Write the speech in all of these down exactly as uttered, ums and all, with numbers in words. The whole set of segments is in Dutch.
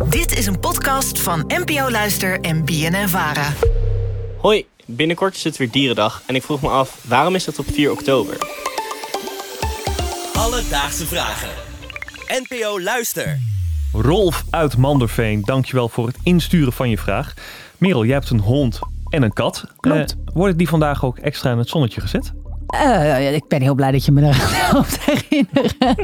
Dit is een podcast van N P O Luister en B N N Vara. Hoi, binnenkort is het weer Dierendag en ik vroeg me af, waarom is het op vier oktober? Alledaagse vragen. N P O Luister. Rolf uit Manderveen, dankjewel voor het insturen van je vraag. Merel, jij hebt een hond en een kat. Klopt. Uh, worden die vandaag ook extra in het zonnetje gezet? Uh, ik ben heel blij dat je me eraan helpt herinneren.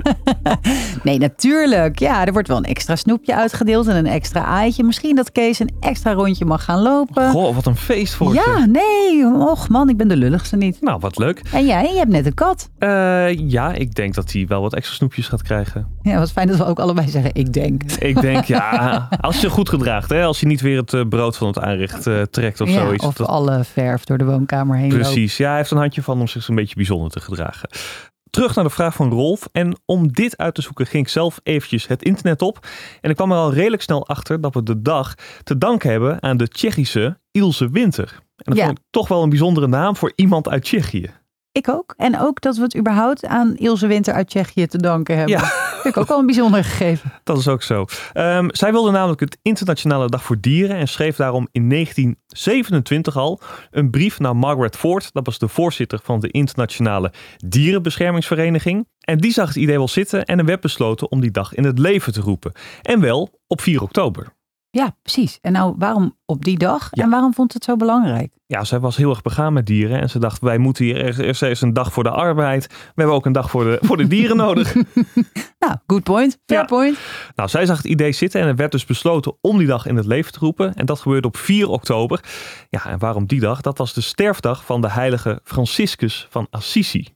Nee, natuurlijk. Ja, er wordt wel een extra snoepje uitgedeeld en een extra aaitje. Misschien dat Kees een extra rondje mag gaan lopen. Goh, wat een feest voor je. Ja, nee. Och man, ik ben de lulligste niet. Nou, wat leuk. En jij? Je hebt net een kat. Uh, ja, ik denk dat hij wel wat extra snoepjes gaat krijgen. Ja, wat fijn dat we ook allebei zeggen, ik denk. Ik denk, ja, als je goed gedraagt, hè? Als je niet weer het uh, brood van het aanrecht uh, trekt of ja, zoiets. Of dat... alle verf door de woonkamer heen loopt. Precies, ja, hij heeft een handje van om zich een beetje bijzonder te gedragen. Terug naar de vraag van Rolf. En om dit uit te zoeken ging ik zelf eventjes het internet op. En ik kwam er al redelijk snel achter dat we de dag te danken hebben aan de Tsjechische Ilse Winter. En dat ja. vond ik toch wel een bijzondere naam voor iemand uit Tsjechië. Ik ook. En ook dat we het überhaupt aan Ilse Winter uit Tsjechië te danken hebben. Ja. Vind ik ook wel een bijzonder gegeven. Dat is ook zo. Um, zij wilde namelijk het Internationale Dag voor Dieren en schreef daarom in negentien zevenentwintig al een brief naar Margaret Ford. Dat was de voorzitter van de Internationale Dierenbeschermingsvereniging. En die zag het idee wel zitten en er werd besloten om die dag in het leven te roepen. En wel op vier oktober. Ja, precies. En nou, waarom op die dag? Ja. En waarom vond het zo belangrijk? Ja, zij was heel erg begaan met dieren. En ze dacht, wij moeten hier eerst eens een dag voor de arbeid. We hebben ook een dag voor de, voor de dieren nodig. Nou, good point. Fair Ja. point. Nou, zij zag het idee zitten en er werd dus besloten om die dag in het leven te roepen. En dat gebeurde op vier oktober. Ja, en waarom die dag? Dat was de sterfdag van de heilige Franciscus van Assisi.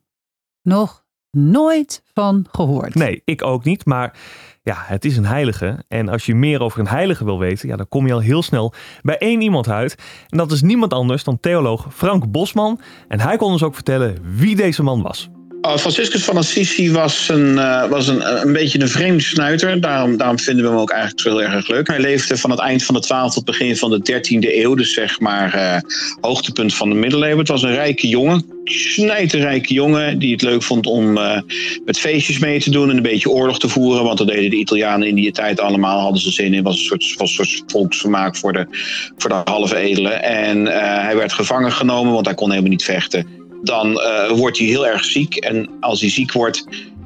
Nog nooit van gehoord. Nee, ik ook niet, maar ja, het is een heilige. En als je meer over een heilige wil weten, ja, dan kom je al heel snel bij één iemand uit. En dat is niemand anders dan theoloog Frank Bosman. En hij kon ons ook vertellen wie deze man was. Uh, Franciscus van Assisi was, een, uh, was een, een beetje een vreemde snuiter. Daarom, daarom vinden we hem ook eigenlijk zo heel erg leuk. Hij leefde van het eind van de twaalfde tot begin van de dertiende eeuw. Dus zeg maar uh, hoogtepunt van de middeleeuwen. Het was een rijke jongen. Snijterrijke jongen die het leuk vond om uh, met feestjes mee te doen en een beetje oorlog te voeren. Want dat deden de Italianen in die tijd allemaal. Hadden ze zin in. Het was een soort, was een soort volksvermaak voor de, voor de halve edelen. En uh, hij werd gevangen genomen, want hij kon helemaal niet vechten. Dan uh, wordt hij heel erg ziek. En als hij ziek wordt,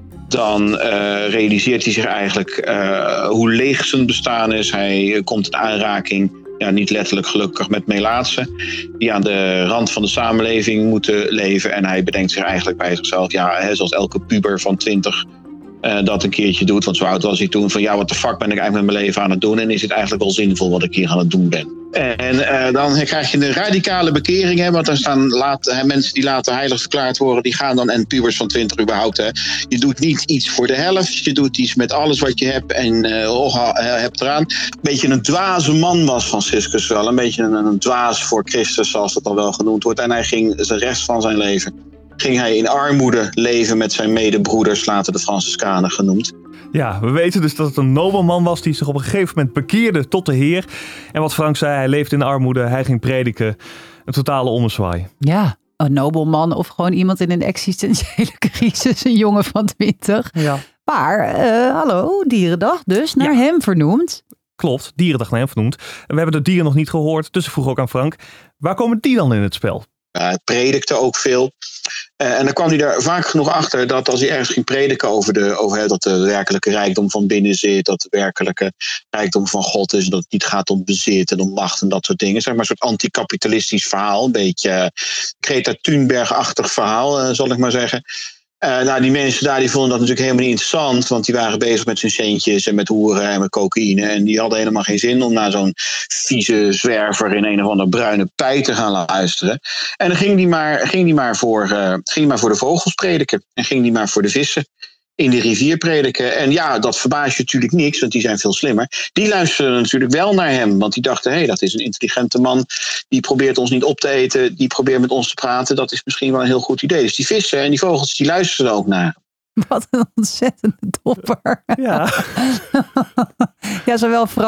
dan uh, realiseert hij zich eigenlijk uh, hoe leeg zijn bestaan is. Hij uh, komt in aanraking, ja, niet letterlijk gelukkig, met melaatsen. Die aan de rand van de samenleving moeten leven. En hij bedenkt zich eigenlijk bij zichzelf, ja, hè, zoals elke puber van twintig uh, dat een keertje doet. Want zo oud was hij toen. Van ja, wat de fuck ben ik eigenlijk met mijn leven aan het doen? En is het eigenlijk wel zinvol wat ik hier aan het doen ben? En uh, dan krijg je een radicale bekering. Hè, want er staan laat, hè, mensen die later heilig verklaard worden. Die gaan dan, en pubers van twintig überhaupt. Hè, je doet niet iets voor de helft. Je doet iets met alles wat je hebt. En uh, oh, ha, hebt eraan. Een beetje een dwaze man was Franciscus wel. Een beetje een, een dwaas voor Christus, zoals dat al wel genoemd wordt. En hij ging de rest van zijn leven ging hij in armoede leven met zijn medebroeders. Later de Franciscanen genoemd. Ja, we weten dus dat het een nobelman was die zich op een gegeven moment bekeerde tot de Heer. En wat Frank zei, hij leefde in armoede, hij ging prediken. Een totale ommezwaai. Ja, een nobelman of gewoon iemand in een existentiële crisis. Een jongen van twintig. Ja. Maar, uh, hallo, Dierendag dus, naar Ja. hem vernoemd. Klopt, Dierendag naar hem vernoemd. We hebben de dieren nog niet gehoord, dus ik vroeg ook aan Frank. Waar komen die dan in het spel? Uh, hij predikte ook veel. Uh, en dan kwam hij er vaak genoeg achter dat als hij ergens ging prediken over, de, over hè, dat de werkelijke rijkdom van binnen zit, dat de werkelijke rijkdom van God is, dat het niet gaat om bezit en om macht en dat soort dingen. Zeg maar een soort anticapitalistisch verhaal, een beetje uh, Greta Thunberg-achtig verhaal, uh, zal ik maar zeggen. Uh, nou, die mensen daar die vonden dat natuurlijk helemaal niet interessant, want die waren bezig met hun centjes en met hoeren en met cocaïne. En die hadden helemaal geen zin om naar zo'n vieze zwerver in een of andere bruine pij te gaan luisteren. En dan ging die maar, ging die maar, voor, uh, ging die maar voor de vogels prediken en ging die maar voor de vissen in de rivier prediken. En ja, dat verbaast je natuurlijk niks, want die zijn veel slimmer. Die luisterden natuurlijk wel naar hem, want die dachten, hé, hey, dat is een intelligente man, die probeert ons niet op te eten, die probeert met ons te praten, dat is misschien wel een heel goed idee. Dus die vissen en die vogels, die luisterden ook naar. Wat een ontzettende dopper. Ja, Ja, zowel Frank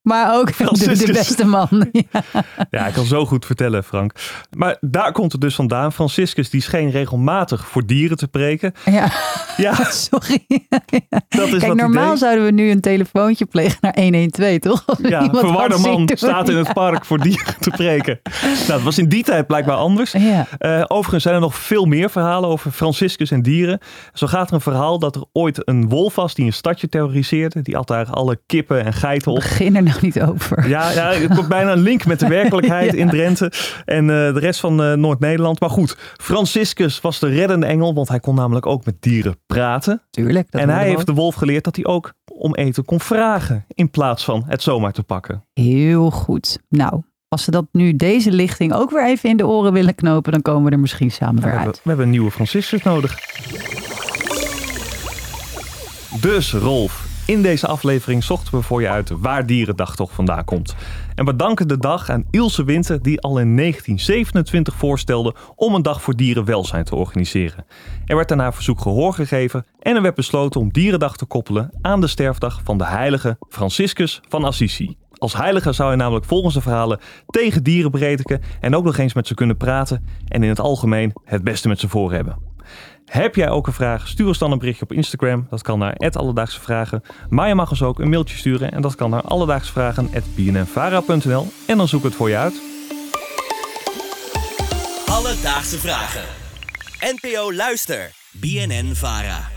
Maar ook de, de beste man. Ja. Ja, ik kan zo goed vertellen, Frank. Maar daar komt het dus vandaan. Franciscus die scheen regelmatig voor dieren te preken. Ja, ja. sorry. Dat is Kijk, normaal idee. zouden we nu een telefoontje plegen naar honderdtwaalf, toch? Als ja, een verwarde man staat in het park voor dieren te preken. Nou, dat was in die tijd blijkbaar anders. Ja. Uh, overigens zijn er nog veel meer verhalen over Franciscus en dieren. Zo gaat er een verhaal dat er ooit een wolf was die een stadje terroriseerde. Die at daar alle kippen en geiten op. Begin er nou niet over. Ja, ja, het wordt bijna een link met de werkelijkheid ja. in Drenthe en uh, de rest van uh, Noord-Nederland. Maar goed, Franciscus was de reddende engel, want hij kon namelijk ook met dieren praten. Tuurlijk. Dat en hij heeft de wolf geleerd dat hij ook om eten kon vragen in plaats van het zomaar te pakken. Heel goed. Nou, als ze dat nu deze lichting ook weer even in de oren willen knopen, dan komen we er misschien samen nou, weer we uit. Hebben, we hebben een nieuwe Franciscus nodig. Dus Rolf, in deze aflevering zochten we voor je uit waar Dierendag toch vandaan komt. En we danken de dag aan Ilse Winter die al in negentien zevenentwintig voorstelde om een dag voor dierenwelzijn te organiseren. Er werd aan haar verzoek gehoor gegeven en er werd besloten om Dierendag te koppelen aan de sterfdag van de heilige Franciscus van Assisi. Als heilige zou hij namelijk volgens de verhalen tegen dieren prediken en ook nog eens met ze kunnen praten en in het algemeen het beste met ze voor hebben. Heb jij ook een vraag? Stuur ons dan een berichtje op Instagram. Dat kan naar at Alledaagse Vragen. Maar je mag ons ook een mailtje sturen. En dat kan naar alledaagsvragen at b n n vara punt n l. En dan zoek ik het voor je uit. Alledaagse Vragen. N P O Luister. B N N Vara.